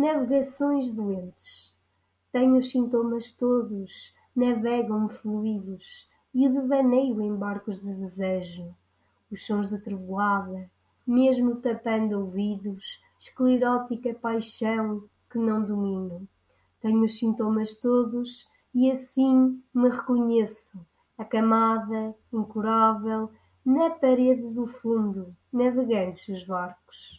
navegações doentes. Tenho os sintomas todos, navegam-me fluidos, e o devaneio em barcos de desejo. Os sons de trovoada, mesmo tapando ouvidos, esclerótica paixão que não domino. Tenho os sintomas todos e assim me reconheço, acamada, incurável, na parede do fundo, navegantes os barcos.